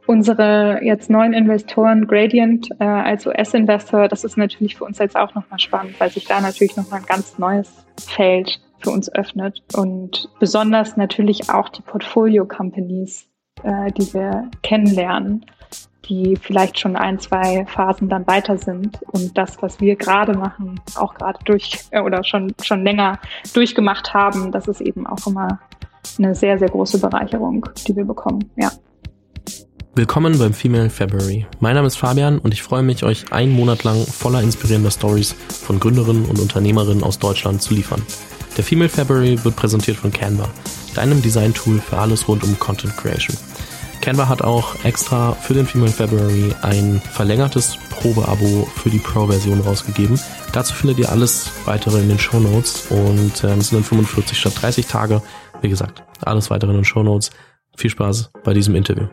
Unsere jetzt neuen Investoren, Gradient als US-Investor, das ist natürlich für uns jetzt auch nochmal spannend, weil sich da natürlich nochmal ein ganz neues Feld für uns öffnet. Und besonders natürlich auch die Portfolio-Companies, die wir kennenlernen, die vielleicht schon 1-2 Phasen dann weiter sind und das, was wir gerade machen, auch gerade oder schon länger durchgemacht haben, das ist eben auch immer eine sehr, sehr große Bereicherung, die wir bekommen, ja. Willkommen beim Female February. Mein Name ist Fabian und ich freue mich, euch einen Monat lang voller inspirierender Stories von Gründerinnen und Unternehmerinnen aus Deutschland zu liefern. Der Female February wird präsentiert von Canva, deinem Design-Tool für alles rund um Content Creation. Canva hat auch extra für den Female February ein verlängertes Probeabo für die Pro-Version rausgegeben. Dazu findet ihr alles weitere in den Shownotes und es sind dann 45 statt 30 Tage. Wie gesagt, alles weitere in den Shownotes. Viel Spaß bei diesem Interview.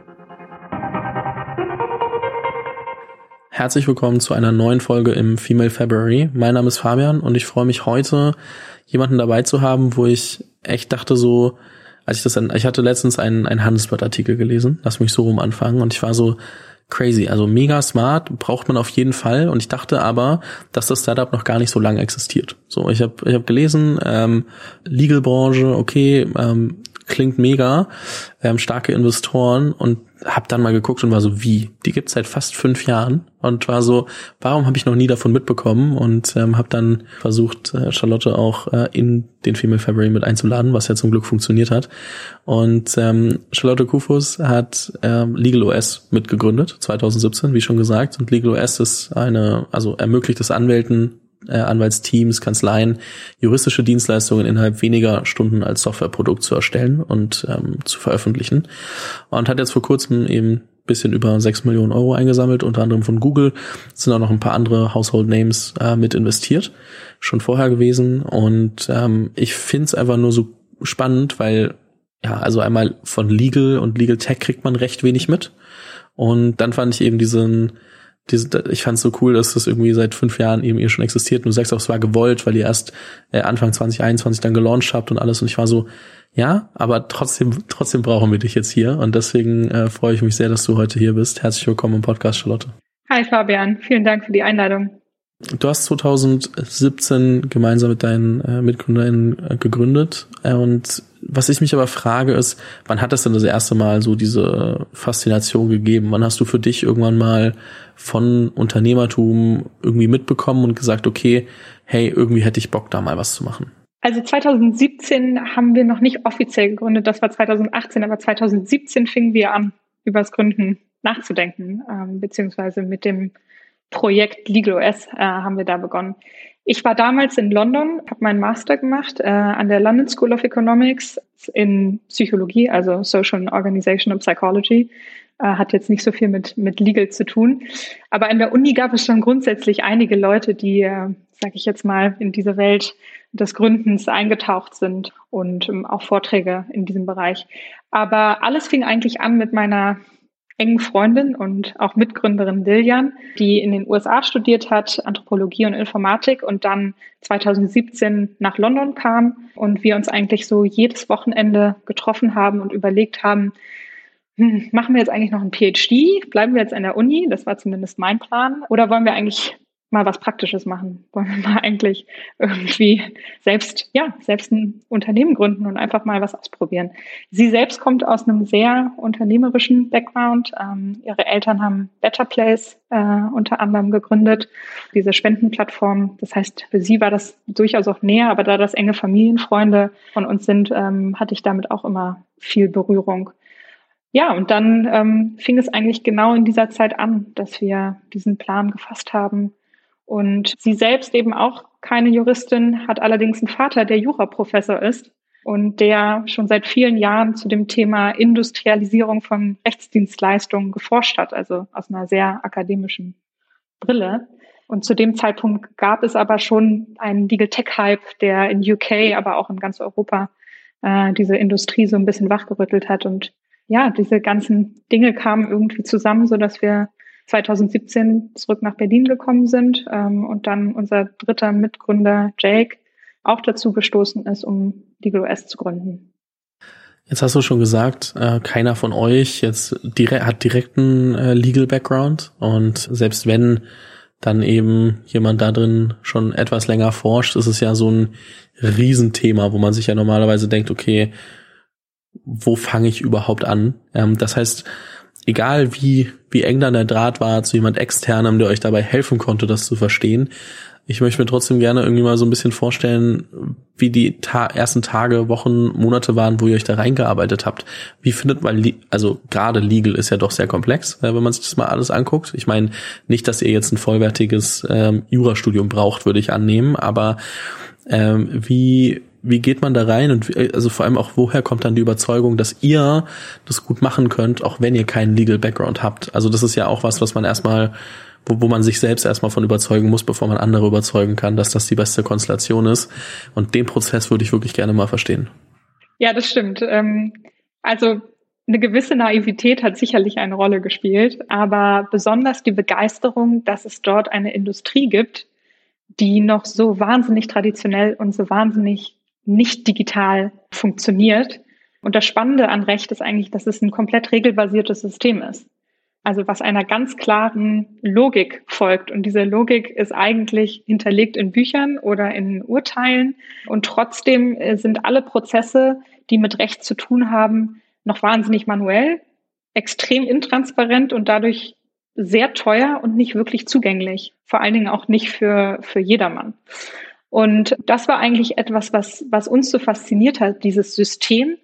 Herzlich willkommen zu einer neuen Folge im Female February. Mein Name ist Fabian und ich freue mich heute, jemanden dabei zu haben, wo ich echt dachte so, ich hatte letztens einen Handelsblatt-Artikel gelesen, lass mich so rum anfangen, und ich war so crazy, also mega smart, braucht man auf jeden Fall, und ich dachte aber, dass das Startup noch gar nicht so lange existiert. So, ich hab gelesen, Legal-Branche, okay, klingt mega, starke Investoren, und hab dann mal geguckt und war so, wie? Die gibt's seit fast 5 Jahren, und war so, warum habe ich noch nie davon mitbekommen? Und hab dann versucht, Charlotte auch in den Female February mit einzuladen, was ja zum Glück funktioniert hat. Und Charlotte Kufus hat LegalOS mitgegründet, 2017, wie schon gesagt. Und LegalOS ist ermöglicht es Anwälten, Anwaltsteams, Kanzleien, juristische Dienstleistungen innerhalb weniger Stunden als Softwareprodukt zu erstellen und zu veröffentlichen. Und hat jetzt vor kurzem eben ein bisschen über 6 Millionen Euro eingesammelt, unter anderem von Google. Es sind auch noch ein paar andere Household Names mit investiert, schon vorher gewesen. Und ich finde es einfach nur so spannend, weil also einmal von Legal und Legal Tech kriegt man recht wenig mit. Und dann fand ich eben ich fand es so cool, dass das irgendwie seit 5 Jahren eben schon existiert. Und du sagst auch, es war gewollt, weil ihr erst Anfang 2021 dann gelauncht habt und alles. Und ich war so, ja, aber trotzdem brauchen wir dich jetzt hier. Und deswegen freue ich mich sehr, dass du heute hier bist. Herzlich willkommen im Podcast, Charlotte. Hi Fabian, vielen Dank für die Einladung. Du hast 2017 gemeinsam mit deinen MitgründerInnen gegründet. Und was ich mich aber frage ist, wann hat es denn das erste Mal so diese Faszination gegeben? Wann hast du für dich irgendwann mal von Unternehmertum irgendwie mitbekommen und gesagt, okay, hey, irgendwie hätte ich Bock, da mal was zu machen? Also 2017 haben wir noch nicht offiziell gegründet, das war 2018, aber 2017 fingen wir an, über das Gründen nachzudenken, beziehungsweise mit dem Projekt LegalOS haben wir da begonnen. Ich war damals in London, habe meinen Master gemacht an der London School of Economics in Psychologie, also Social and Organizational Psychology. Hat jetzt nicht so viel mit Legal zu tun. Aber an der Uni gab es schon grundsätzlich einige Leute, die, sage ich jetzt mal, in diese Welt des Gründens eingetaucht sind und auch Vorträge in diesem Bereich. Aber alles fing eigentlich an mit meiner engen Freundin und auch Mitgründerin Lilian, die in den USA studiert hat, Anthropologie und Informatik, und dann 2017 nach London kam und wir uns eigentlich so jedes Wochenende getroffen haben und überlegt haben, machen wir jetzt eigentlich noch ein PhD? Bleiben wir jetzt an der Uni? Das war zumindest mein Plan. Oder wollen wir eigentlich mal was Praktisches machen? Wollen wir mal eigentlich irgendwie selbst ein Unternehmen gründen und einfach mal was ausprobieren? Sie selbst kommt aus einem sehr unternehmerischen Background. Ihre Eltern haben Better Place unter anderem gegründet, diese Spendenplattform. Das heißt, für sie war das durchaus auch näher, aber da das enge Familienfreunde von uns sind, hatte ich damit auch immer viel Berührung. Ja, und dann fing es eigentlich genau in dieser Zeit an, dass wir diesen Plan gefasst haben. Und sie selbst eben auch keine Juristin, hat allerdings einen Vater, der Juraprofessor ist und der schon seit vielen Jahren zu dem Thema Industrialisierung von Rechtsdienstleistungen geforscht hat, also aus einer sehr akademischen Brille. Und zu dem Zeitpunkt gab es aber schon einen Legal Tech Hype, der in UK, aber auch in ganz Europa diese Industrie so ein bisschen wachgerüttelt hat. Und ja, diese ganzen Dinge kamen irgendwie zusammen, so dass wir 2017 zurück nach Berlin gekommen sind und dann unser dritter Mitgründer Jake auch dazu gestoßen ist, um LegalOS zu gründen. Jetzt hast du schon gesagt, keiner von euch jetzt hat direkten Legal Background, und selbst wenn dann eben jemand da drin schon etwas länger forscht, ist es ja so ein Riesenthema, wo man sich ja normalerweise denkt, okay, wo fange ich überhaupt an? Das heißt, egal wie eng dann der Draht war zu jemand Externem, der euch dabei helfen konnte, das zu verstehen, ich möchte mir trotzdem gerne irgendwie mal so ein bisschen vorstellen, wie die ersten Tage, Wochen, Monate waren, wo ihr euch da reingearbeitet habt. Wie findet man, also gerade Legal ist ja doch sehr komplex, wenn man sich das mal alles anguckt. Ich meine, nicht, dass ihr jetzt ein vollwertiges Jurastudium braucht, würde ich annehmen, aber wie geht man da rein, und also vor allem auch, woher kommt dann die Überzeugung, dass ihr das gut machen könnt, auch wenn ihr keinen Legal Background habt? Also das ist ja auch was man erstmal, wo man sich selbst erstmal von überzeugen muss, bevor man andere überzeugen kann, dass das die beste Konstellation ist. Und den Prozess würde ich wirklich gerne mal verstehen. Ja, das stimmt. Also eine gewisse Naivität hat sicherlich eine Rolle gespielt, aber besonders die Begeisterung, dass es dort eine Industrie gibt, die noch so wahnsinnig traditionell und so wahnsinnig nicht digital funktioniert. Und das Spannende an Recht ist eigentlich, dass es ein komplett regelbasiertes System ist. Also was einer ganz klaren Logik folgt. Und diese Logik ist eigentlich hinterlegt in Büchern oder in Urteilen. Und trotzdem sind alle Prozesse, die mit Recht zu tun haben, noch wahnsinnig manuell, extrem intransparent und dadurch sehr teuer und nicht wirklich zugänglich. Vor allen Dingen auch nicht für jedermann. Und das war eigentlich etwas, was uns so fasziniert hat, dieses System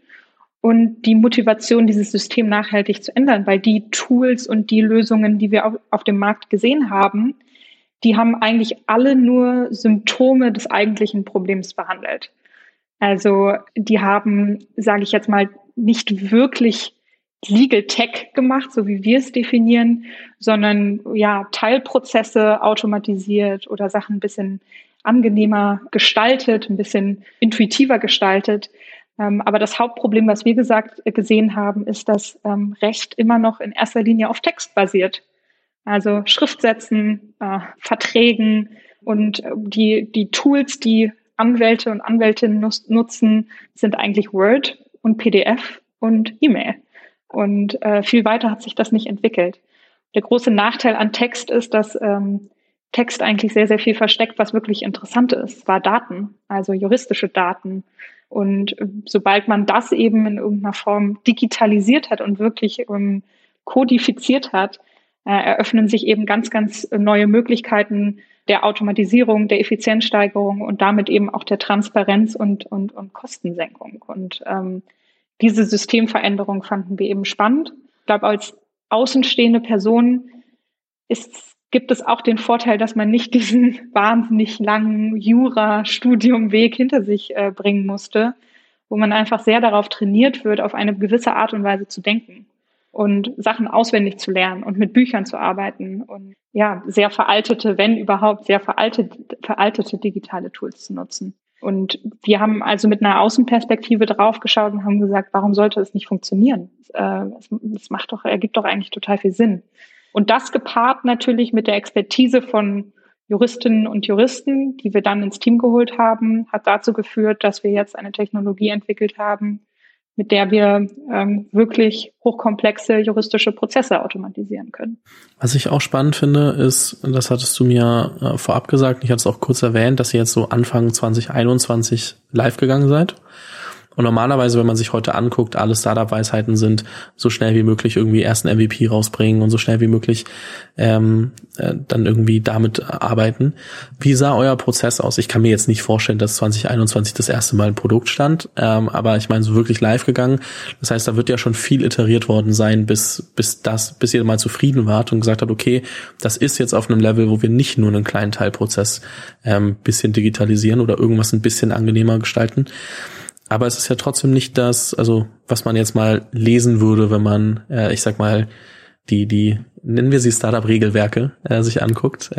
und die Motivation, dieses System nachhaltig zu ändern, weil die Tools und die Lösungen, die wir auf dem Markt gesehen haben, die haben eigentlich alle nur Symptome des eigentlichen Problems behandelt. Also die haben, sage ich jetzt mal, nicht wirklich Legal Tech gemacht, so wie wir es definieren, sondern ja Teilprozesse automatisiert oder Sachen ein bisschen angenehmer gestaltet, ein bisschen intuitiver gestaltet. Aber das Hauptproblem, was wir gesehen haben, ist, dass Recht immer noch in erster Linie auf Text basiert. Also Schriftsätzen, Verträgen und die Tools, die Anwälte und Anwältinnen nutzen, sind eigentlich Word und PDF und E-Mail. Und viel weiter hat sich das nicht entwickelt. Der große Nachteil an Text ist, dass Text eigentlich sehr, sehr viel versteckt, was wirklich interessant ist. War Daten, also juristische Daten. Und sobald man das eben in irgendeiner Form digitalisiert hat und wirklich kodifiziert hat, eröffnen sich eben ganz, ganz neue Möglichkeiten der Automatisierung, der Effizienzsteigerung und damit eben auch der Transparenz und Kostensenkung. Und diese Systemveränderung fanden wir eben spannend. Ich glaube, als außenstehende Person gibt es auch den Vorteil, dass man nicht diesen wahnsinnig langen Jura-Studiumweg hinter sich bringen musste, wo man einfach sehr darauf trainiert wird, auf eine gewisse Art und Weise zu denken und Sachen auswendig zu lernen und mit Büchern zu arbeiten und ja, sehr veraltete, wenn überhaupt, sehr veraltete digitale Tools zu nutzen. Und wir haben also mit einer Außenperspektive drauf geschaut und haben gesagt, warum sollte es nicht funktionieren? Es ergibt doch eigentlich total viel Sinn. Und das gepaart natürlich mit der Expertise von Juristinnen und Juristen, die wir dann ins Team geholt haben, hat dazu geführt, dass wir jetzt eine Technologie entwickelt haben, mit der wir wirklich hochkomplexe juristische Prozesse automatisieren können. Was ich auch spannend finde, ist, das hattest du mir vorab gesagt, ich hatte es auch kurz erwähnt, dass ihr jetzt so Anfang 2021 live gegangen seid. Und normalerweise, wenn man sich heute anguckt, alle Startup-Weisheiten sind, so schnell wie möglich irgendwie erst ein MVP rausbringen und so schnell wie möglich dann irgendwie damit arbeiten. Wie sah euer Prozess aus? Ich kann mir jetzt nicht vorstellen, dass 2021 das erste Mal ein Produkt stand, aber ich meine, so wirklich live gegangen. Das heißt, da wird ja schon viel iteriert worden sein, bis ihr mal zufrieden wart und gesagt habt, okay, das ist jetzt auf einem Level, wo wir nicht nur einen kleinen Teilprozess bisschen digitalisieren oder irgendwas ein bisschen angenehmer gestalten. Aber es ist ja trotzdem nicht das, also was man jetzt mal lesen würde, wenn man, ich sag mal, die nennen wir sie Startup-Regelwerke sich anguckt.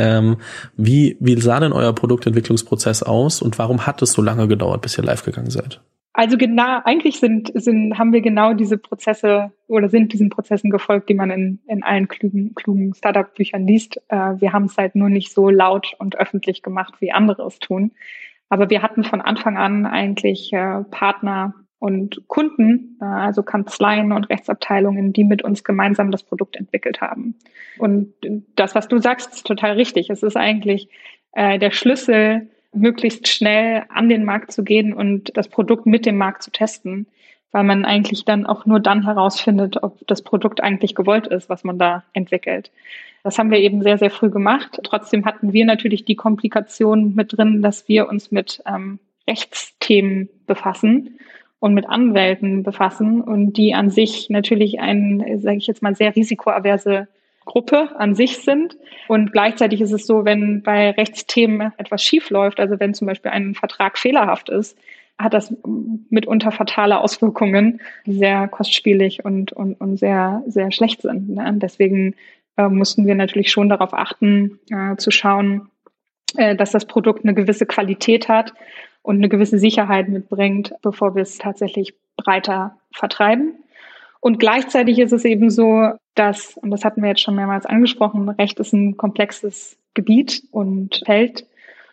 Wie sah denn euer Produktentwicklungsprozess aus und warum hat es so lange gedauert, bis ihr live gegangen seid? Also genau, eigentlich haben wir genau diese Prozesse oder sind diesen Prozessen gefolgt, die man in allen klugen Startup-Büchern liest. Wir haben es halt nur nicht so laut und öffentlich gemacht, wie andere es tun. Aber wir hatten von Anfang an eigentlich Partner und Kunden, also Kanzleien und Rechtsabteilungen, die mit uns gemeinsam das Produkt entwickelt haben. Und das, was du sagst, ist total richtig. Es ist eigentlich der Schlüssel, möglichst schnell an den Markt zu gehen und das Produkt mit dem Markt zu testen, weil man eigentlich dann auch nur dann herausfindet, ob das Produkt eigentlich gewollt ist, was man da entwickelt. Das haben wir eben sehr, sehr früh gemacht. Trotzdem hatten wir natürlich die Komplikation mit drin, dass wir uns mit Rechtsthemen befassen und mit Anwälten befassen und die an sich natürlich sage ich jetzt mal, sehr risikoaverse Gruppe an sich sind. Und gleichzeitig ist es so, wenn bei Rechtsthemen etwas schief läuft, also wenn zum Beispiel ein Vertrag fehlerhaft ist, hat das mitunter fatale Auswirkungen, die sehr kostspielig und sehr, sehr schlecht sind. Ne? Deswegen mussten wir natürlich schon darauf achten, zu schauen, dass das Produkt eine gewisse Qualität hat und eine gewisse Sicherheit mitbringt, bevor wir es tatsächlich breiter vertreiben. Und gleichzeitig ist es eben so, dass, und das hatten wir jetzt schon mehrmals angesprochen, Recht ist ein komplexes Gebiet und Feld.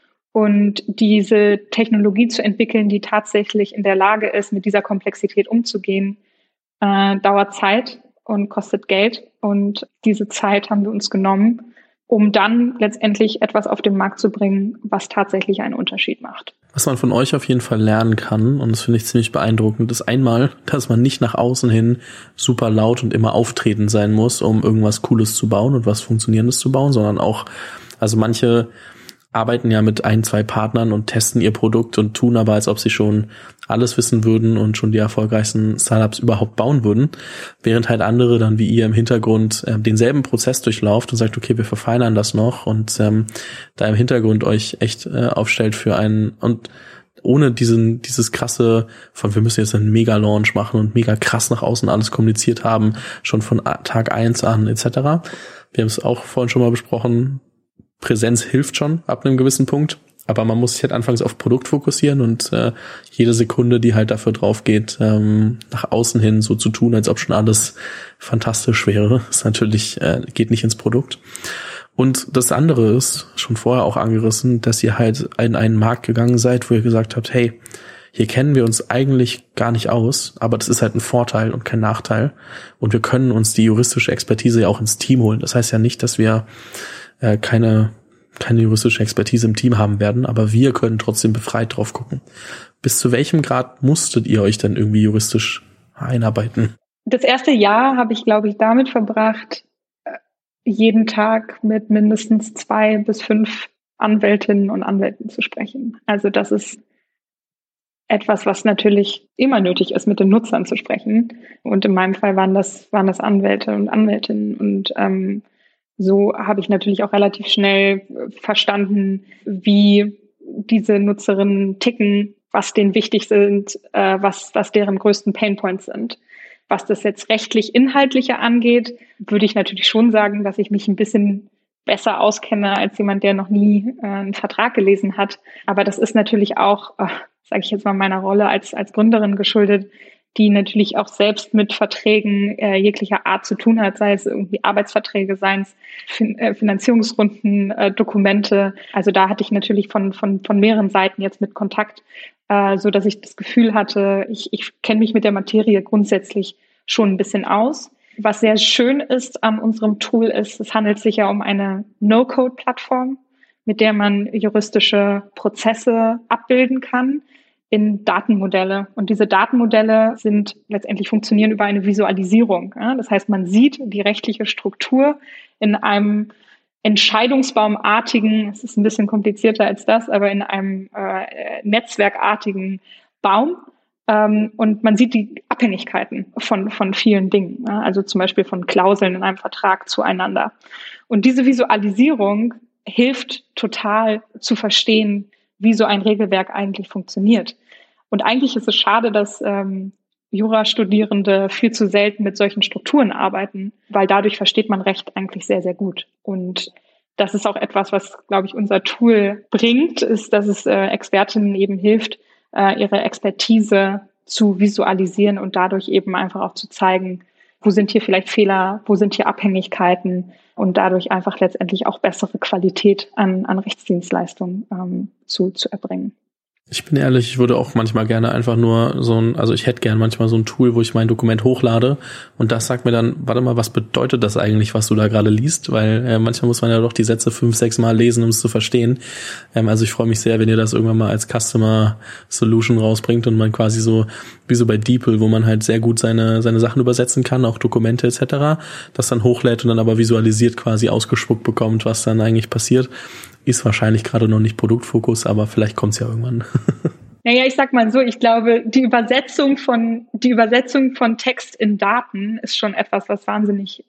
Und diese Technologie zu entwickeln, die tatsächlich in der Lage ist, mit dieser Komplexität umzugehen, dauert Zeit und kostet Geld. Und diese Zeit haben wir uns genommen, um dann letztendlich etwas auf den Markt zu bringen, was tatsächlich einen Unterschied macht. Was man von euch auf jeden Fall lernen kann, und das finde ich ziemlich beeindruckend, ist einmal, dass man nicht nach außen hin super laut und immer auftretend sein muss, um irgendwas Cooles zu bauen und was Funktionierendes zu bauen, sondern auch, also manche arbeiten ja mit 1, 2 Partnern und testen ihr Produkt und tun aber, als ob sie schon alles wissen würden und schon die erfolgreichsten Startups überhaupt bauen würden, während halt andere dann wie ihr im Hintergrund denselben Prozess durchlauft und sagt, okay, wir verfeinern das noch und da im Hintergrund euch echt aufstellt für einen und ohne dieses krasse von wir müssen jetzt einen Mega-Launch machen und mega krass nach außen alles kommuniziert haben, schon von Tag 1 an etc. Wir haben es auch vorhin schon mal besprochen, Präsenz hilft schon ab einem gewissen Punkt, aber man muss sich halt anfangs auf Produkt fokussieren und jede Sekunde, die halt dafür drauf geht, nach außen hin so zu tun, als ob schon alles fantastisch wäre, ist natürlich, geht nicht ins Produkt. Und das andere ist, schon vorher auch angerissen, dass ihr halt in einen Markt gegangen seid, wo ihr gesagt habt, hey, hier kennen wir uns eigentlich gar nicht aus, aber das ist halt ein Vorteil und kein Nachteil und wir können uns die juristische Expertise ja auch ins Team holen. Das heißt ja nicht, dass wir keine juristische Expertise im Team haben werden, aber wir können trotzdem befreit drauf gucken. Bis zu welchem Grad musstet ihr euch denn irgendwie juristisch einarbeiten? Das erste Jahr habe ich, glaube ich, damit verbracht, jeden Tag mit mindestens 2 bis 5 Anwältinnen und Anwälten zu sprechen. Also das ist etwas, was natürlich immer nötig ist, mit den Nutzern zu sprechen. Und in meinem Fall waren das Anwälte und Anwältinnen und so habe ich natürlich auch relativ schnell verstanden, wie diese Nutzerinnen ticken, was denen wichtig sind, was deren größten Painpoints sind. Was das jetzt rechtlich Inhaltliche angeht, würde ich natürlich schon sagen, dass ich mich ein bisschen besser auskenne als jemand, der noch nie einen Vertrag gelesen hat. Aber das ist natürlich auch, sage ich jetzt mal, meiner Rolle als Gründerin geschuldet, die natürlich auch selbst mit Verträgen jeglicher Art zu tun hat, sei es irgendwie Arbeitsverträge, seien es Finanzierungsrunden, Dokumente. Also da hatte ich natürlich von mehreren Seiten jetzt mit Kontakt, so dass ich das Gefühl hatte, ich kenne mich mit der Materie grundsätzlich schon ein bisschen aus. Was sehr schön ist an unserem Tool ist, es handelt sich ja um eine No-Code-Plattform, mit der man juristische Prozesse abbilden kann in Datenmodelle. Und diese Datenmodelle funktionieren über eine Visualisierung. Ja? Das heißt, man sieht die rechtliche Struktur in einem entscheidungsbaumartigen, es ist ein bisschen komplizierter als das, aber in einem netzwerkartigen Baum. Und man sieht die Abhängigkeiten von vielen Dingen, ja? Also zum Beispiel von Klauseln in einem Vertrag zueinander. Und diese Visualisierung hilft total zu verstehen, wie so ein Regelwerk eigentlich funktioniert. Und eigentlich ist es schade, dass Jurastudierende viel zu selten mit solchen Strukturen arbeiten, weil dadurch versteht man Recht eigentlich sehr, sehr gut. Und das ist auch etwas, was, glaube ich, unser Tool bringt, ist, dass es Expertinnen eben hilft, ihre Expertise zu visualisieren und dadurch eben einfach auch zu zeigen, wo sind hier vielleicht Fehler, wo sind hier Abhängigkeiten und dadurch einfach letztendlich auch bessere Qualität an Rechtsdienstleistungen zu erbringen. Ich bin ehrlich, ich würde auch manchmal gerne einfach nur also ich hätte gern manchmal so ein Tool, wo ich mein Dokument hochlade und das sagt mir dann, warte mal, was bedeutet das eigentlich, was du da gerade liest? Weil manchmal muss man ja doch die Sätze 5, 6 Mal lesen, um es zu verstehen. Also ich freue mich sehr, wenn ihr das irgendwann mal als Customer Solution rausbringt und man quasi so, wie so bei DeepL, wo man halt sehr gut seine Sachen übersetzen kann, auch Dokumente etc., das dann hochlädt und dann aber visualisiert quasi ausgespuckt bekommt, was dann eigentlich passiert. Ist wahrscheinlich gerade noch nicht Produktfokus, aber vielleicht kommt's ja irgendwann. Naja, ich sag mal so, ich glaube, die Übersetzung von Text in Daten ist schon etwas, was wahnsinnig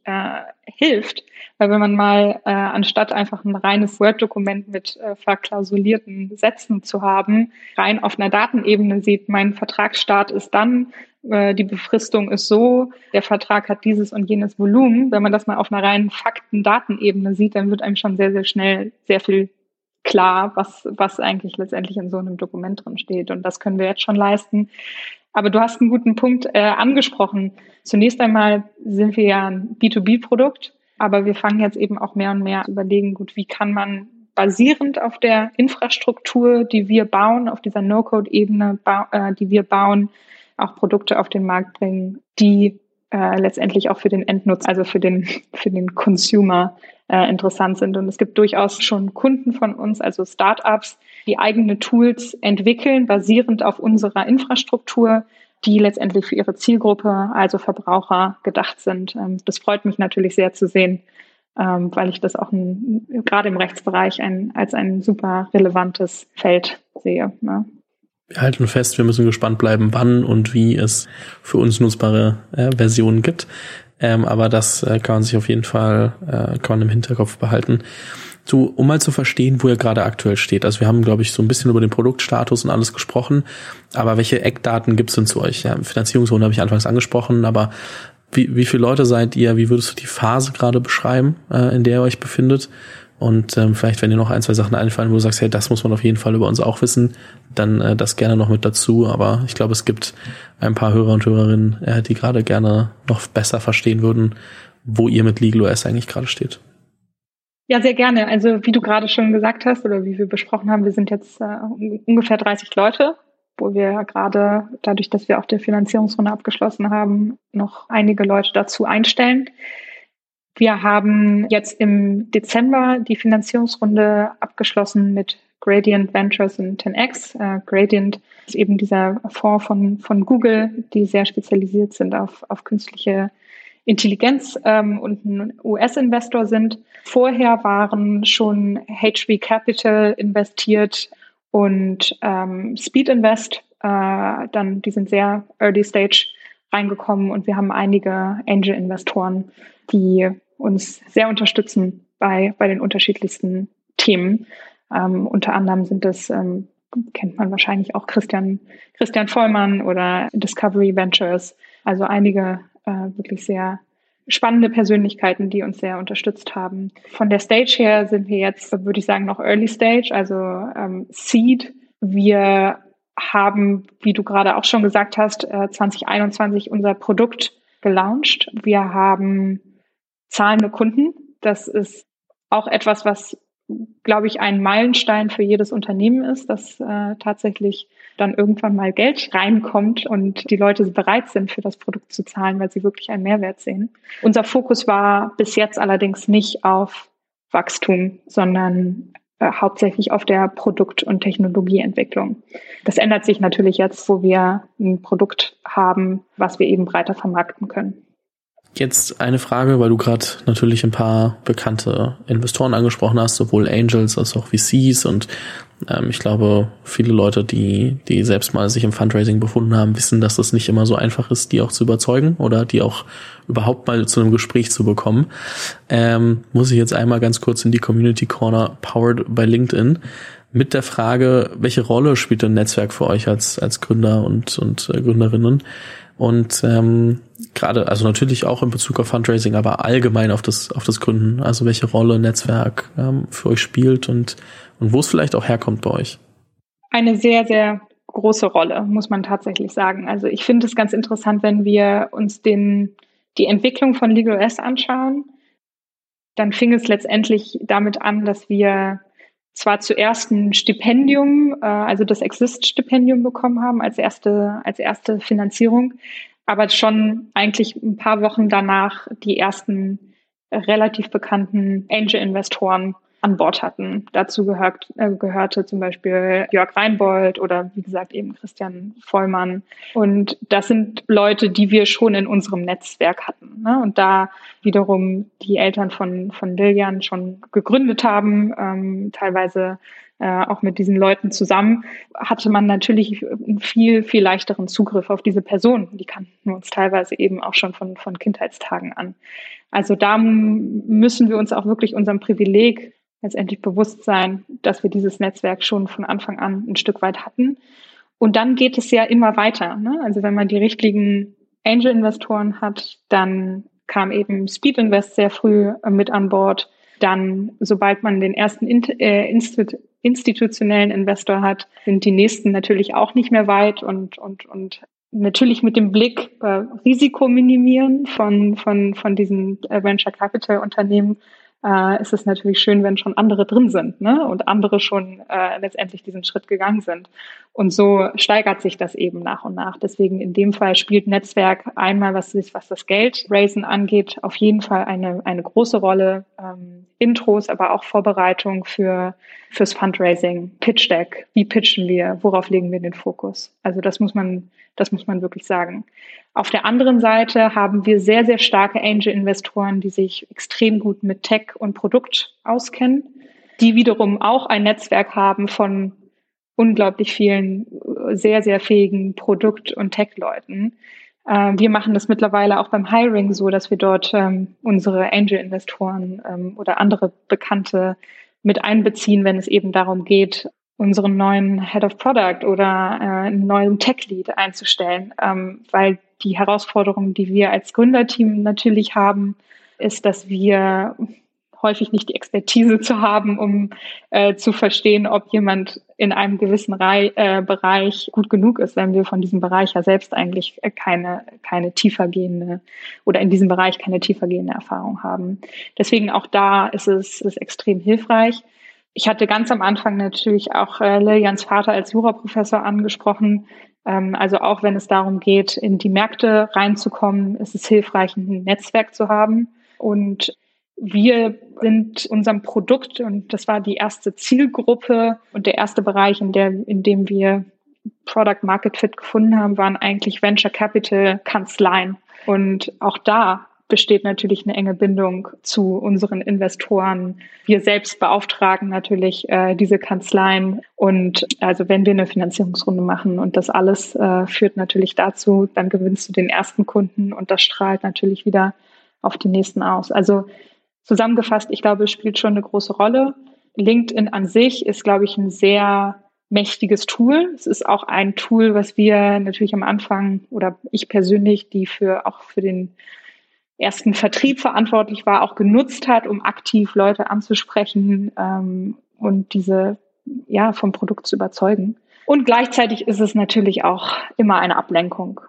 hilft. Weil wenn man mal anstatt einfach ein reines Word-Dokument mit verklausulierten Sätzen zu haben, rein auf einer Datenebene sieht, mein Vertragsstart ist dann, die Befristung ist so, der Vertrag hat dieses und jenes Volumen. Wenn man das mal auf einer reinen Fakten-Datenebene sieht, dann wird einem schon sehr, sehr schnell sehr viel klar, was eigentlich letztendlich in so einem Dokument drin steht. Und das können wir jetzt schon leisten. Aber du hast einen guten Punkt angesprochen. Zunächst einmal sind wir ja ein B2B-Produkt, aber wir fangen jetzt eben auch mehr und mehr zu überlegen, gut, wie kann man basierend auf der Infrastruktur, die wir bauen, auf dieser No-Code-Ebene, die wir bauen, auch Produkte auf den Markt bringen, die letztendlich auch für den Endnutzer, also für den Consumer interessant sind. Und es gibt durchaus schon Kunden von uns, also Startups, die eigene Tools entwickeln, basierend auf unserer Infrastruktur, die letztendlich für ihre Zielgruppe, also Verbraucher, gedacht sind. Das freut mich natürlich sehr zu sehen, weil ich das auch gerade im Rechtsbereich als ein super relevantes Feld sehe. Ne? Wir halten fest, wir müssen gespannt bleiben, wann und wie es für uns nutzbare Versionen gibt. Aber das kann man sich auf jeden Fall kann man im Hinterkopf behalten. So, um mal zu verstehen, wo ihr gerade aktuell steht. Also wir haben, glaube ich, so ein bisschen über den Produktstatus und alles gesprochen. Aber welche Eckdaten gibt's denn zu euch? Ja, Finanzierungsrunde habe ich anfangs angesprochen, aber wie viele Leute seid ihr? Wie würdest du die Phase gerade beschreiben, in der ihr euch befindet? Und vielleicht, wenn dir noch ein, zwei Sachen einfallen, wo du sagst, hey, das muss man auf jeden Fall über uns auch wissen, dann das gerne noch mit dazu. Aber ich glaube, es gibt ein paar Hörer und Hörerinnen, die gerade gerne noch besser verstehen würden, wo ihr mit LegalOS eigentlich gerade steht. Ja, sehr gerne. Also wie du gerade schon gesagt hast oder wie wir besprochen haben, wir sind jetzt ungefähr 30 Leute, wo wir gerade dadurch, dass wir auch die Finanzierungsrunde abgeschlossen haben, noch einige Leute dazu einstellen. Wir haben jetzt im Dezember die Finanzierungsrunde abgeschlossen mit Gradient Ventures und 10x. Gradient ist eben dieser Fonds von Google, die sehr spezialisiert sind auf künstliche Intelligenz und ein US-Investor sind. Vorher waren schon HV Capital investiert und Speed Invest. Dann die sind sehr early stage reingekommen und wir haben einige Angel-Investoren, die uns sehr unterstützen bei den unterschiedlichsten Themen. Unter anderem sind das, kennt man wahrscheinlich auch Christian Vollmann oder Discovery Ventures, also einige wirklich sehr spannende Persönlichkeiten, die uns sehr unterstützt haben. Von der Stage her sind wir jetzt, würde ich sagen, noch Early Stage, also Seed. Wir haben, wie du gerade auch schon gesagt hast, 2021 unser Produkt gelauncht. Wir haben zahlende Kunden. Das ist auch etwas, was, glaube ich, ein Meilenstein für jedes Unternehmen ist, dass tatsächlich dann irgendwann mal Geld reinkommt und die Leute bereit sind, für das Produkt zu zahlen, weil sie wirklich einen Mehrwert sehen. Unser Fokus war bis jetzt allerdings nicht auf Wachstum, sondern hauptsächlich auf der Produkt- und Technologieentwicklung. Das ändert sich natürlich jetzt, wo wir ein Produkt haben, was wir eben breiter vermarkten können. Jetzt eine Frage, weil du gerade natürlich ein paar bekannte Investoren angesprochen hast, sowohl Angels als auch VCs und ich glaube, viele Leute, die selbst mal sich im Fundraising befunden haben, wissen, dass das nicht immer so einfach ist, die auch zu überzeugen oder die auch überhaupt mal zu einem Gespräch zu bekommen. Muss ich jetzt einmal ganz kurz in die Community Corner powered by LinkedIn mit der Frage, welche Rolle spielt ein Netzwerk für euch als Gründer und Gründerinnen? Und gerade, also natürlich auch in Bezug auf Fundraising, aber allgemein auf das Gründen. Also welche Rolle Netzwerk für euch spielt und wo es vielleicht auch herkommt bei euch. Eine sehr, sehr große Rolle, muss man tatsächlich sagen. Also ich finde es ganz interessant, wenn wir uns die Entwicklung von LegalOS anschauen, dann fing es letztendlich damit an, dass wir zwar zuerst ein Stipendium, also das Exist-Stipendium bekommen haben als erste Finanzierung, aber schon eigentlich ein paar Wochen danach die ersten relativ bekannten Angel-Investoren an Bord hatten. Dazu gehörte zum Beispiel Jörg Reinbold oder wie gesagt eben Christian Vollmann. Und das sind Leute, die wir schon in unserem Netzwerk hatten, ne? Und da wiederum die Eltern von Lilian schon gegründet haben, teilweise auch mit diesen Leuten zusammen, hatte man natürlich einen viel, viel leichteren Zugriff auf diese Personen. Die kannten wir uns teilweise eben auch schon von Kindheitstagen an. Also da müssen wir uns auch wirklich unserem Privileg letztendlich bewusst sein, dass wir dieses Netzwerk schon von Anfang an ein Stück weit hatten. Und dann geht es ja immer weiter, ne? Also wenn man die richtigen Angel-Investoren hat, dann kam eben Speed Invest sehr früh mit an Bord. Dann, sobald man den ersten institutionellen Investor hat, sind die nächsten natürlich auch nicht mehr weit und natürlich mit dem Blick Risiko minimieren von diesen Venture Capital Unternehmen ist es natürlich schön, wenn schon andere drin sind, ne? Und andere schon letztendlich diesen Schritt gegangen sind. Und so steigert sich das eben nach und nach. Deswegen in dem Fall spielt Netzwerk einmal, was das Geld-Raisen angeht, auf jeden Fall eine große Rolle. Intros, aber auch Vorbereitung fürs Fundraising, Pitch Deck. Wie pitchen wir? Worauf legen wir den Fokus? Also das muss man wirklich sagen. Auf der anderen Seite haben wir sehr, sehr starke Angel-Investoren, die sich extrem gut mit Tech und Produkt auskennen, die wiederum auch ein Netzwerk haben von unglaublich vielen sehr, sehr fähigen Produkt- und Tech-Leuten. Wir machen das mittlerweile auch beim Hiring so, dass wir dort unsere Angel-Investoren oder andere Bekannte mit einbeziehen, wenn es eben darum geht, unseren neuen Head of Product oder einen neuen Tech-Lead einzustellen, weil die Herausforderung, die wir als Gründerteam natürlich haben, ist, dass wir häufig nicht die Expertise zu haben, um zu verstehen, ob jemand in einem gewissen Bereich gut genug ist, wenn wir von diesem Bereich ja selbst eigentlich keine tiefergehende oder in diesem Bereich keine tiefergehende Erfahrung haben. Deswegen auch da ist es extrem hilfreich. Ich hatte ganz am Anfang natürlich auch Lilians Vater als Juraprofessor angesprochen. Also auch wenn es darum geht, in die Märkte reinzukommen, ist es hilfreich, ein Netzwerk zu haben. Und wir sind unserem Produkt, und das war die erste Zielgruppe und der erste Bereich, in dem wir Product Market Fit gefunden haben, waren eigentlich Venture Capital Kanzleien. Und auch da besteht natürlich eine enge Bindung zu unseren Investoren. Wir selbst beauftragen natürlich diese Kanzleien. Und also wenn wir eine Finanzierungsrunde machen und das alles führt natürlich dazu, dann gewinnst du den ersten Kunden und das strahlt natürlich wieder auf die nächsten aus. Also zusammengefasst, ich glaube, es spielt schon eine große Rolle. LinkedIn an sich ist, glaube ich, ein sehr mächtiges Tool. Es ist auch ein Tool, was wir natürlich am Anfang oder ich persönlich, die auch für den ersten Vertrieb verantwortlich war, auch genutzt hat, um aktiv Leute anzusprechen und diese vom Produkt zu überzeugen. Und gleichzeitig ist es natürlich auch immer eine Ablenkung.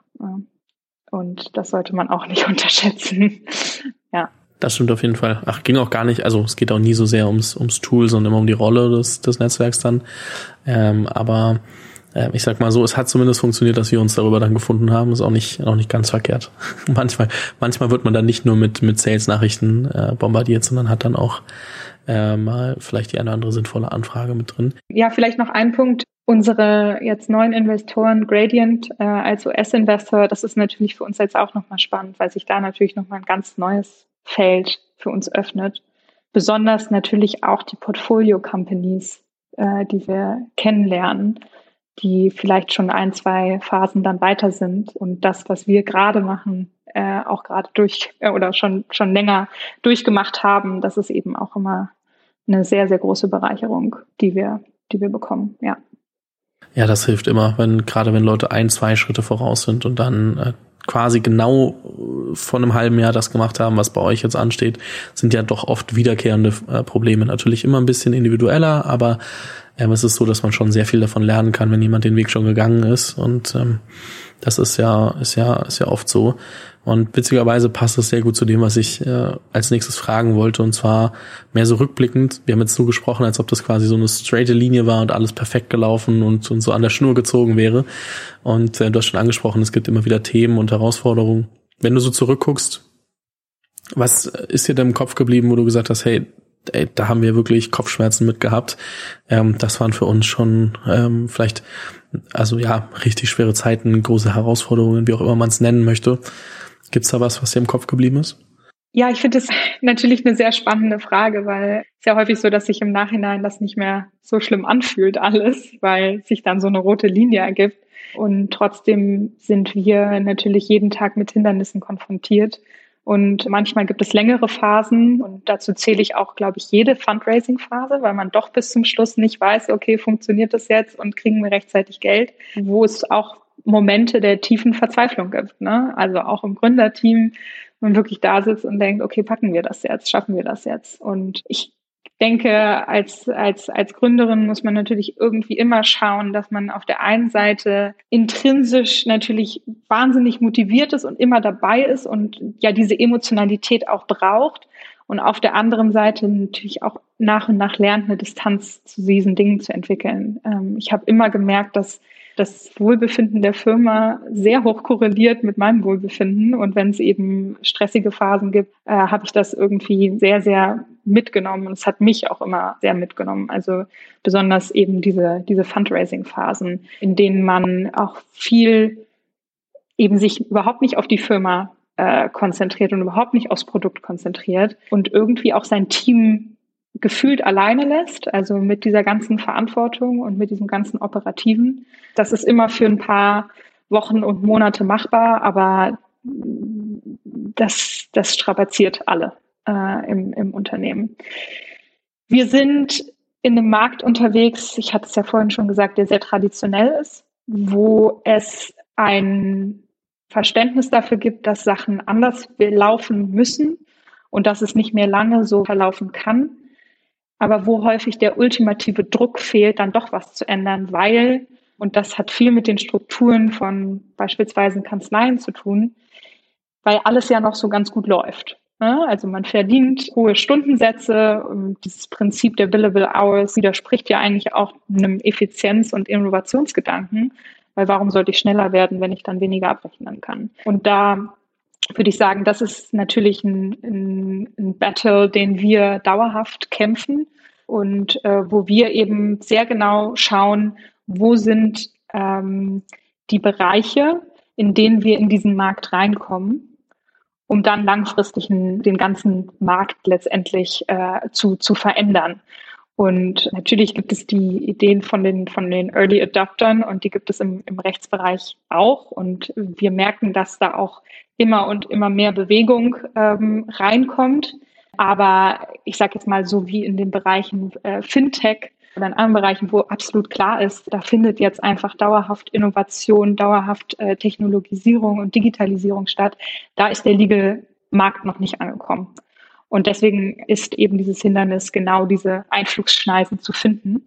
Und das sollte man auch nicht unterschätzen. Ja. Das stimmt auf jeden Fall. Ging auch gar nicht, also es geht auch nie so sehr ums Tool, sondern immer um die Rolle des Netzwerks dann. Aber ich sag mal so, es hat zumindest funktioniert, dass wir uns darüber dann gefunden haben. Ist auch nicht ganz verkehrt. Manchmal wird man dann nicht nur mit Sales-Nachrichten bombardiert, sondern hat dann auch mal vielleicht die eine oder andere sinnvolle Anfrage mit drin. Ja, vielleicht noch ein Punkt. Unsere jetzt neuen Investoren, Gradient als US-Investor, das ist natürlich für uns jetzt auch nochmal spannend, weil sich da natürlich nochmal ein ganz neues Feld für uns öffnet. Besonders natürlich auch die Portfolio-Companies, die wir kennenlernen, die vielleicht schon 1-2 Phasen dann weiter sind und das, was wir gerade machen, auch gerade oder schon länger durchgemacht haben, das ist eben auch immer eine sehr, sehr große Bereicherung, die wir bekommen, ja. Ja, das hilft immer, gerade wenn Leute 1-2 Schritte voraus sind und dann quasi genau vor einem halben Jahr das gemacht haben, was bei euch jetzt ansteht, sind ja doch oft wiederkehrende Probleme. Natürlich immer ein bisschen individueller, aber Es ist so, dass man schon sehr viel davon lernen kann, wenn jemand den Weg schon gegangen ist. Und das ist ja oft so. Und witzigerweise passt es sehr gut zu dem, was ich als nächstes fragen wollte. Und zwar mehr so rückblickend. Wir haben jetzt so gesprochen, als ob das quasi so eine straighte Linie war und alles perfekt gelaufen und so an der Schnur gezogen wäre. Und du hast schon angesprochen, es gibt immer wieder Themen und Herausforderungen. Wenn du so zurückguckst, was ist dir denn im Kopf geblieben, wo du gesagt hast, hey, da haben wir wirklich Kopfschmerzen mit gehabt. Das waren für uns schon vielleicht, also ja, richtig schwere Zeiten, große Herausforderungen, wie auch immer man es nennen möchte. Gibt's da was dir im Kopf geblieben ist? Ja, ich finde das natürlich eine sehr spannende Frage, weil es ja häufig so, dass sich im Nachhinein das nicht mehr so schlimm anfühlt alles, weil sich dann so eine rote Linie ergibt. Und trotzdem sind wir natürlich jeden Tag mit Hindernissen konfrontiert. Und manchmal gibt es längere Phasen und dazu zähle ich auch, glaube ich, jede Fundraising-Phase, weil man doch bis zum Schluss nicht weiß, okay, funktioniert das jetzt und kriegen wir rechtzeitig Geld, wo es auch Momente der tiefen Verzweiflung gibt, ne? Also auch im Gründerteam, man wirklich da sitzt und denkt, okay, packen wir das jetzt, schaffen wir das jetzt? Und ich denke, als Gründerin muss man natürlich irgendwie immer schauen, dass man auf der einen Seite intrinsisch natürlich wahnsinnig motiviert ist und immer dabei ist und ja diese Emotionalität auch braucht und auf der anderen Seite natürlich auch nach und nach lernt, eine Distanz zu diesen Dingen zu entwickeln. Ich habe immer gemerkt, dass das Wohlbefinden der Firma sehr hoch korreliert mit meinem Wohlbefinden. Und wenn es eben stressige Phasen gibt, habe ich das irgendwie sehr, sehr mitgenommen. Und es hat mich auch immer sehr mitgenommen. Also besonders eben diese Fundraising-Phasen, in denen man auch viel eben sich überhaupt nicht auf die Firma konzentriert und überhaupt nicht aufs Produkt konzentriert und irgendwie auch sein Team gefühlt alleine lässt, also mit dieser ganzen Verantwortung und mit diesem ganzen Operativen. Das ist immer für ein paar Wochen und Monate machbar, aber das strapaziert alle im Unternehmen. Wir sind in einem Markt unterwegs, ich hatte es ja vorhin schon gesagt, der sehr traditionell ist, wo es ein Verständnis dafür gibt, dass Sachen anders laufen müssen und dass es nicht mehr lange so verlaufen kann. Aber wo häufig der ultimative Druck fehlt, dann doch was zu ändern, weil, und das hat viel mit den Strukturen von beispielsweise Kanzleien zu tun, weil alles ja noch so ganz gut läuft. Also man verdient hohe Stundensätze und dieses Prinzip der Billable Hours widerspricht ja eigentlich auch einem Effizienz- und Innovationsgedanken, weil warum sollte ich schneller werden, wenn ich dann weniger abrechnen kann? Und da würde ich sagen, das ist natürlich ein Battle, den wir dauerhaft kämpfen und wo wir eben sehr genau schauen, wo sind die Bereiche, in denen wir in diesen Markt reinkommen, um dann langfristig den ganzen Markt letztendlich zu verändern. Und natürlich gibt es die Ideen von den Early Adoptern und die gibt es im Rechtsbereich auch. Und wir merken, dass da auch immer und immer mehr Bewegung reinkommt. Aber ich sage jetzt mal so wie in den Bereichen Fintech oder in anderen Bereichen, wo absolut klar ist, da findet jetzt einfach dauerhaft Innovation, dauerhaft Technologisierung und Digitalisierung statt. Da ist der Legal-Markt noch nicht angekommen. Und deswegen ist eben dieses Hindernis, genau diese Einflugsschneisen zu finden.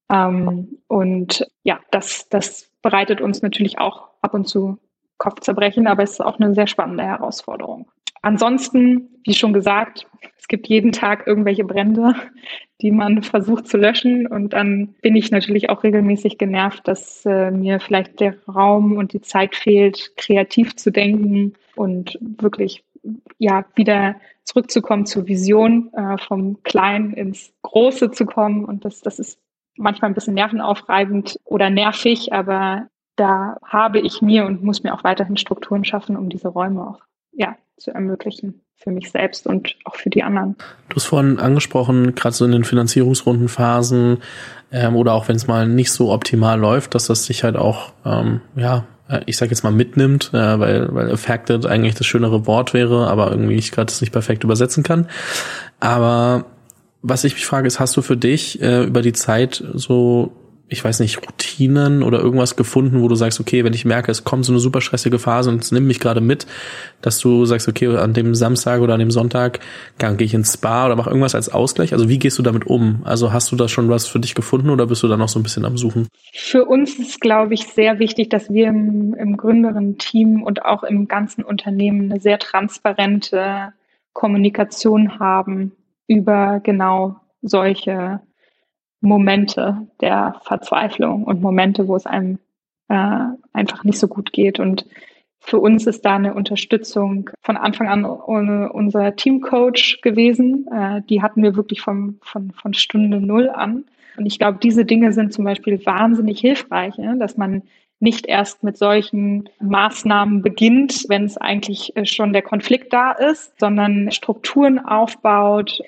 Und ja, das bereitet uns natürlich auch ab und zu Kopfzerbrechen, aber es ist auch eine sehr spannende Herausforderung. Ansonsten, wie schon gesagt, es gibt jeden Tag irgendwelche Brände, die man versucht zu löschen. Und dann bin ich natürlich auch regelmäßig genervt, dass mir vielleicht der Raum und die Zeit fehlt, kreativ zu denken und wirklich ja wieder zurückzukommen zur Vision, vom Kleinen ins Große zu kommen. Und das ist manchmal ein bisschen nervenaufreibend oder nervig, aber da habe ich mir und muss mir auch weiterhin Strukturen schaffen, um diese Räume auch zu ermöglichen für mich selbst und auch für die anderen. Du hast vorhin angesprochen, gerade so in den Finanzierungsrundenphasen oder auch wenn es mal nicht so optimal läuft, dass das sich halt auch ich sage jetzt mal mitnimmt, weil affected eigentlich das schönere Wort wäre, aber irgendwie ich gerade das nicht perfekt übersetzen kann. Aber was ich mich frage ist, hast du für dich über die Zeit so ich weiß nicht, Routinen oder irgendwas gefunden, wo du sagst, okay, wenn ich merke, es kommt so eine super stressige Phase und es nimmt mich gerade mit, dass du sagst, okay, an dem Samstag oder an dem Sonntag gehe ich ins Spa oder mach irgendwas als Ausgleich? Also wie gehst du damit um? Also hast du da schon was für dich gefunden oder bist du da noch so ein bisschen am Suchen? Für uns ist, glaube ich, sehr wichtig, dass wir im Gründerinnen-Team und auch im ganzen Unternehmen eine sehr transparente Kommunikation haben über genau solche Momente der Verzweiflung und Momente, wo es einem einfach nicht so gut geht. Und für uns ist da eine Unterstützung von Anfang an unser Teamcoach gewesen. Die hatten wir wirklich von Stunde null an. Und ich glaube, diese Dinge sind zum Beispiel wahnsinnig hilfreich, dass man nicht erst mit solchen Maßnahmen beginnt, wenn es eigentlich schon der Konflikt da ist, sondern Strukturen aufbaut,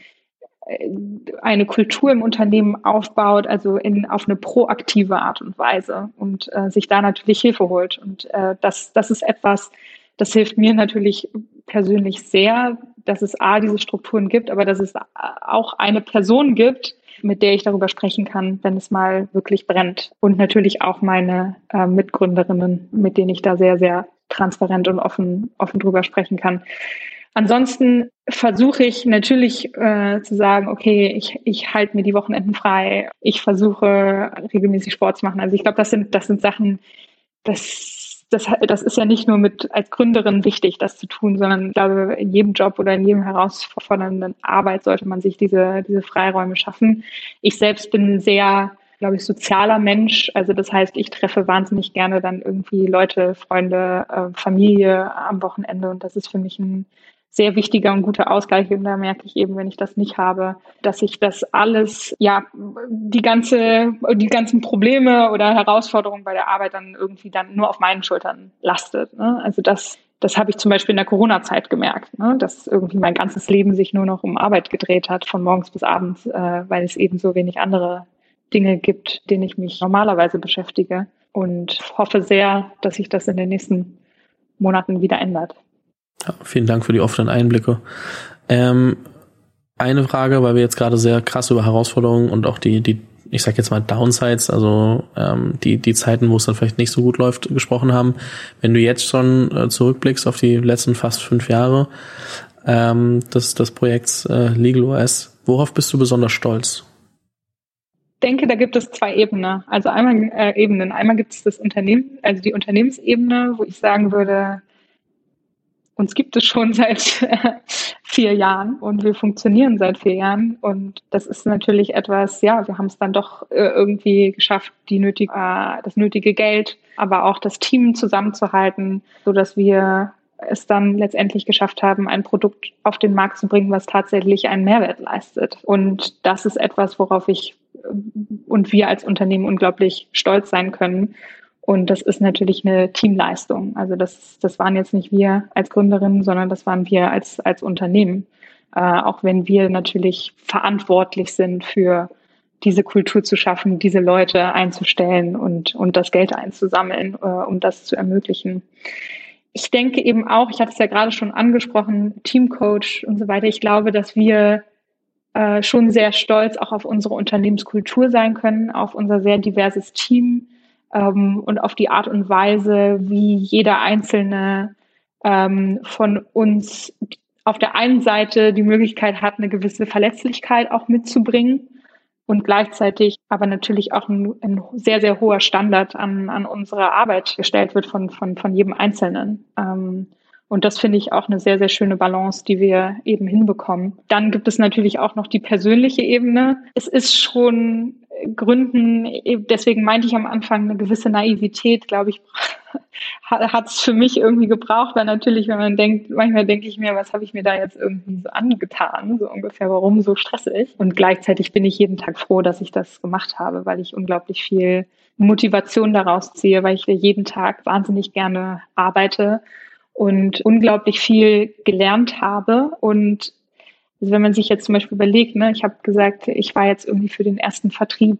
eine Kultur im Unternehmen aufbaut, also auf eine proaktive Art und Weise und sich da natürlich Hilfe holt. Und das ist etwas, das hilft mir natürlich persönlich sehr, dass es diese Strukturen gibt, aber dass es auch eine Person gibt, mit der ich darüber sprechen kann, wenn es mal wirklich brennt. Und natürlich auch meine Mitgründerinnen, mit denen ich da sehr, sehr transparent und offen drüber sprechen kann. Ansonsten versuche ich natürlich zu sagen, okay, ich halte mir die Wochenenden frei. Ich versuche regelmäßig Sport zu machen. Also ich glaube, das sind Sachen, das ist ja nicht nur als Gründerin wichtig, das zu tun, sondern ich glaube, in jedem Job oder in jedem herausfordernden Arbeit sollte man sich diese Freiräume schaffen. Ich selbst bin ein sehr, glaube ich, sozialer Mensch. Also das heißt, ich treffe wahnsinnig gerne dann irgendwie Leute, Freunde, Familie am Wochenende und das ist für mich ein sehr wichtiger und guter Ausgleich. Und da merke ich eben, wenn ich das nicht habe, dass ich das alles, die ganzen Probleme oder Herausforderungen bei der Arbeit dann irgendwie dann nur auf meinen Schultern lastet. Ne? Also das habe ich zum Beispiel in der Corona-Zeit gemerkt, ne? Dass irgendwie mein ganzes Leben sich nur noch um Arbeit gedreht hat, von morgens bis abends, weil es eben so wenig andere Dinge gibt, denen ich mich normalerweise beschäftige. Und hoffe sehr, dass sich das in den nächsten Monaten wieder ändert. Ja, vielen Dank für die offenen Einblicke. Eine Frage, weil wir jetzt gerade sehr krass über Herausforderungen und auch die ich sag jetzt mal Downsides, also die Zeiten, wo es dann vielleicht nicht so gut läuft, gesprochen haben. Wenn du jetzt schon zurückblickst auf die letzten fast 5 Jahre des Projekts LegalOS, worauf bist du besonders stolz? Ich denke, da gibt es 2 Ebenen. Also Ebenen. Einmal gibt es das Unternehmen, also die Unternehmensebene, wo ich sagen würde, uns gibt es schon seit 4 Jahren und wir funktionieren seit 4 Jahren. Und das ist natürlich etwas, wir haben es dann doch irgendwie geschafft, das nötige Geld, aber auch das Team zusammenzuhalten, sodass wir es dann letztendlich geschafft haben, ein Produkt auf den Markt zu bringen, was tatsächlich einen Mehrwert leistet. Und das ist etwas, worauf ich und wir als Unternehmen unglaublich stolz sein können. Und das ist natürlich eine Teamleistung. Also das waren jetzt nicht wir als Gründerinnen, sondern das waren wir als Unternehmen. Auch wenn wir natürlich verantwortlich sind für diese Kultur zu schaffen, diese Leute einzustellen und das Geld einzusammeln, um das zu ermöglichen. Ich denke eben auch, ich hatte es ja gerade schon angesprochen, Teamcoach und so weiter. Ich glaube, dass wir schon sehr stolz auch auf unsere Unternehmenskultur sein können, auf unser sehr diverses Team, und auf die Art und Weise, wie jeder Einzelne von uns auf der einen Seite die Möglichkeit hat, eine gewisse Verletzlichkeit auch mitzubringen und gleichzeitig aber natürlich auch ein sehr, sehr hoher Standard an unsere Arbeit gestellt wird von jedem Einzelnen. Und das finde ich auch eine sehr, sehr schöne Balance, die wir eben hinbekommen. Dann gibt es natürlich auch noch die persönliche Ebene. Es ist schon Gründen, deswegen meinte ich am Anfang, eine gewisse Naivität, glaube ich, hat es für mich irgendwie gebraucht, weil natürlich, wenn man denkt, manchmal denke ich mir, was habe ich mir da jetzt irgendwie so angetan, so ungefähr, warum so stressig? Und gleichzeitig bin ich jeden Tag froh, dass ich das gemacht habe, weil ich unglaublich viel Motivation daraus ziehe, weil ich jeden Tag wahnsinnig gerne arbeite und unglaublich viel gelernt habe. Und also wenn man sich jetzt zum Beispiel überlegt, ich habe gesagt, ich war jetzt irgendwie für den ersten Vertrieb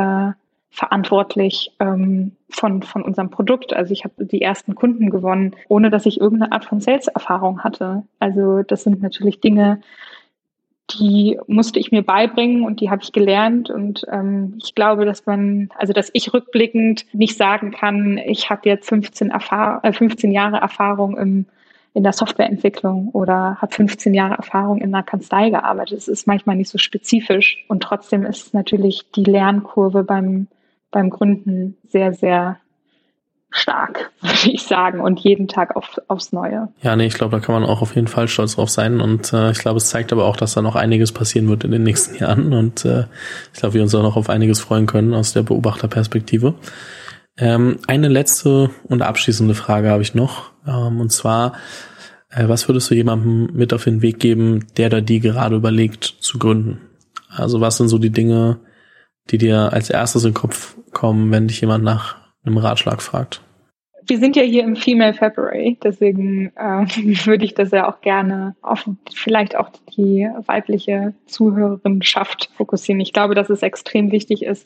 verantwortlich von unserem Produkt. Also ich habe die ersten Kunden gewonnen, ohne dass ich irgendeine Art von Sales-Erfahrung hatte. Also das sind natürlich Dinge, die musste ich mir beibringen und die habe ich gelernt. Und ich glaube, dass ich rückblickend nicht sagen kann, ich habe jetzt 15 Jahre Erfahrung in der Softwareentwicklung oder habe 15 Jahre Erfahrung in einer Kanzlei gearbeitet. Es ist manchmal nicht so spezifisch. Und trotzdem ist natürlich die Lernkurve beim Gründen sehr, sehr stark, würde ich sagen, und jeden Tag aufs Neue. Ja, nee, ich glaube, da kann man auch auf jeden Fall stolz drauf sein und ich glaube, es zeigt aber auch, dass da noch einiges passieren wird in den nächsten Jahren und ich glaube, wir uns auch noch auf einiges freuen können aus der Beobachterperspektive. Eine letzte und abschließende Frage habe ich noch, und zwar, was würdest du jemandem mit auf den Weg geben, der oder die gerade überlegt zu gründen? Also was sind so die Dinge, die dir als erstes in den Kopf kommen, wenn dich jemand nach einem Ratschlag fragt? Wir sind ja hier im Female February, deswegen würde ich das ja auch gerne auf vielleicht auch die weibliche Zuhörerinnenschaft fokussieren. Ich glaube, dass es extrem wichtig ist,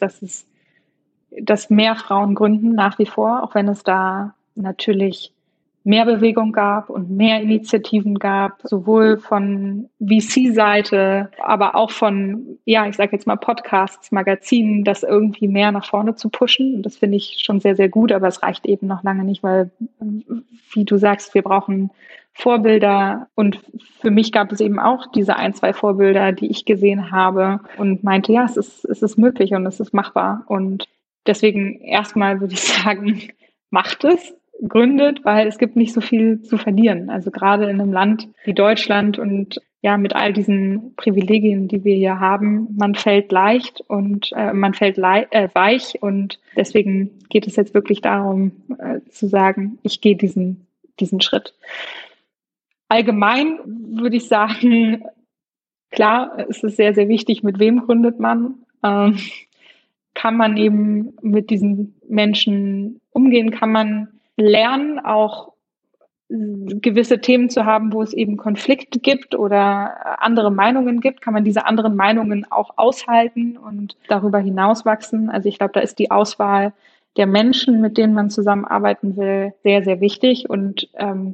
dass mehr Frauen gründen nach wie vor, auch wenn es da natürlich mehr Bewegung gab und mehr Initiativen gab, sowohl von VC-Seite, aber auch von, ja, ich sage jetzt mal Podcasts, Magazinen, das irgendwie mehr nach vorne zu pushen. Und das finde ich schon sehr, sehr gut, aber es reicht eben noch lange nicht, weil, wie du sagst, wir brauchen Vorbilder. Und für mich gab es eben auch diese 2 Vorbilder, die ich gesehen habe und meinte, ja, es ist möglich und es ist machbar. Und deswegen erstmal würde ich sagen, macht es. Gründet, weil es gibt nicht so viel zu verlieren. Also gerade in einem Land wie Deutschland und ja, mit all diesen Privilegien, die wir hier haben, man fällt leicht und man fällt weich und deswegen geht es jetzt wirklich darum, zu sagen, ich gehe diesen Schritt. Allgemein würde ich sagen, klar, es ist sehr, sehr wichtig, mit wem gründet man. Kann man eben mit diesen Menschen umgehen, kann man lernen, auch gewisse Themen zu haben, wo es eben Konflikte gibt oder andere Meinungen gibt, kann man diese anderen Meinungen auch aushalten und darüber hinaus wachsen. Also ich glaube, da ist die Auswahl der Menschen, mit denen man zusammenarbeiten will, sehr, sehr wichtig und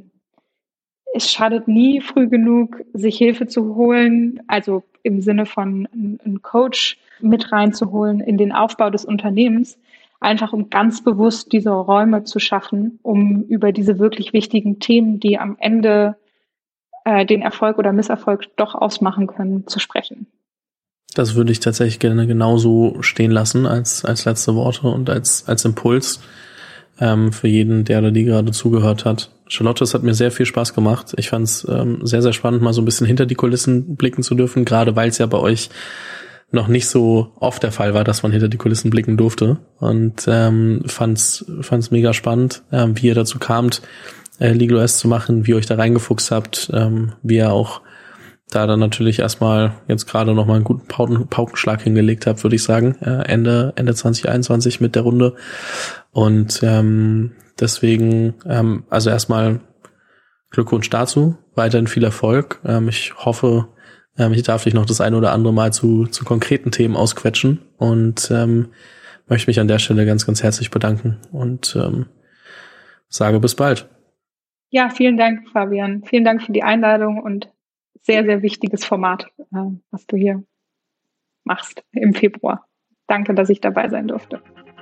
es schadet nie früh genug, sich Hilfe zu holen, also im Sinne von einen Coach mit reinzuholen in den Aufbau des Unternehmens, einfach um ganz bewusst diese Räume zu schaffen, um über diese wirklich wichtigen Themen, die am Ende den Erfolg oder Misserfolg doch ausmachen können, zu sprechen. Das würde ich tatsächlich gerne genauso stehen lassen als letzte Worte und als Impuls für jeden, der oder die gerade zugehört hat. Charlotte, es hat mir sehr viel Spaß gemacht. Ich fand es sehr, sehr spannend, mal so ein bisschen hinter die Kulissen blicken zu dürfen, gerade weil es ja bei euch noch nicht so oft der Fall war, dass man hinter die Kulissen blicken durfte und fand's mega spannend, wie ihr dazu kamt, LegalOS zu machen, wie ihr euch da reingefuchst habt, wie ihr auch da dann natürlich erstmal jetzt gerade noch mal einen guten Paukenschlag hingelegt habt, würde ich sagen, Ende 2021 mit der Runde und deswegen also erstmal Glückwunsch dazu, weiterhin viel Erfolg. Ich hoffe, ich darf dich noch das eine oder andere Mal zu konkreten Themen ausquetschen und möchte mich an der Stelle ganz, ganz herzlich bedanken und sage bis bald. Ja, vielen Dank, Fabian. Vielen Dank für die Einladung und sehr, sehr wichtiges Format, was du hier machst im Februar. Danke, dass ich dabei sein durfte.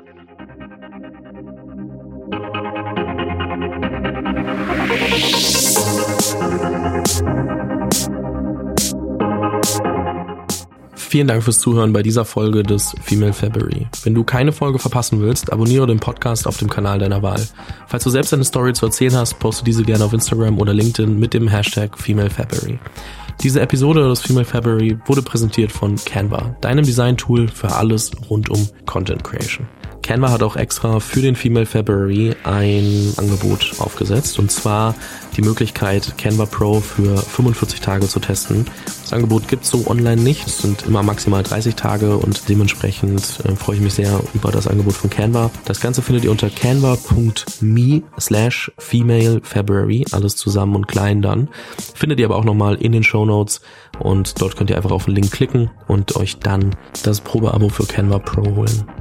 Vielen Dank fürs Zuhören bei dieser Folge des Female February. Wenn du keine Folge verpassen willst, abonniere den Podcast auf dem Kanal deiner Wahl. Falls du selbst eine Story zu erzählen hast, poste diese gerne auf Instagram oder LinkedIn mit dem Hashtag Female February. Diese Episode des Female February wurde präsentiert von Canva, deinem Design-Tool für alles rund um Content Creation. Canva hat auch extra für den Female February ein Angebot aufgesetzt, und zwar die Möglichkeit, Canva Pro für 45 Tage zu testen. Das Angebot gibt es so online nicht, es sind immer maximal 30 Tage und dementsprechend freue ich mich sehr über das Angebot von Canva. Das Ganze findet ihr unter canva.me/femalefebruary, alles zusammen und klein dann. Findet ihr aber auch nochmal in den Shownotes und dort könnt ihr einfach auf den Link klicken und euch dann das Probeabo für Canva Pro holen.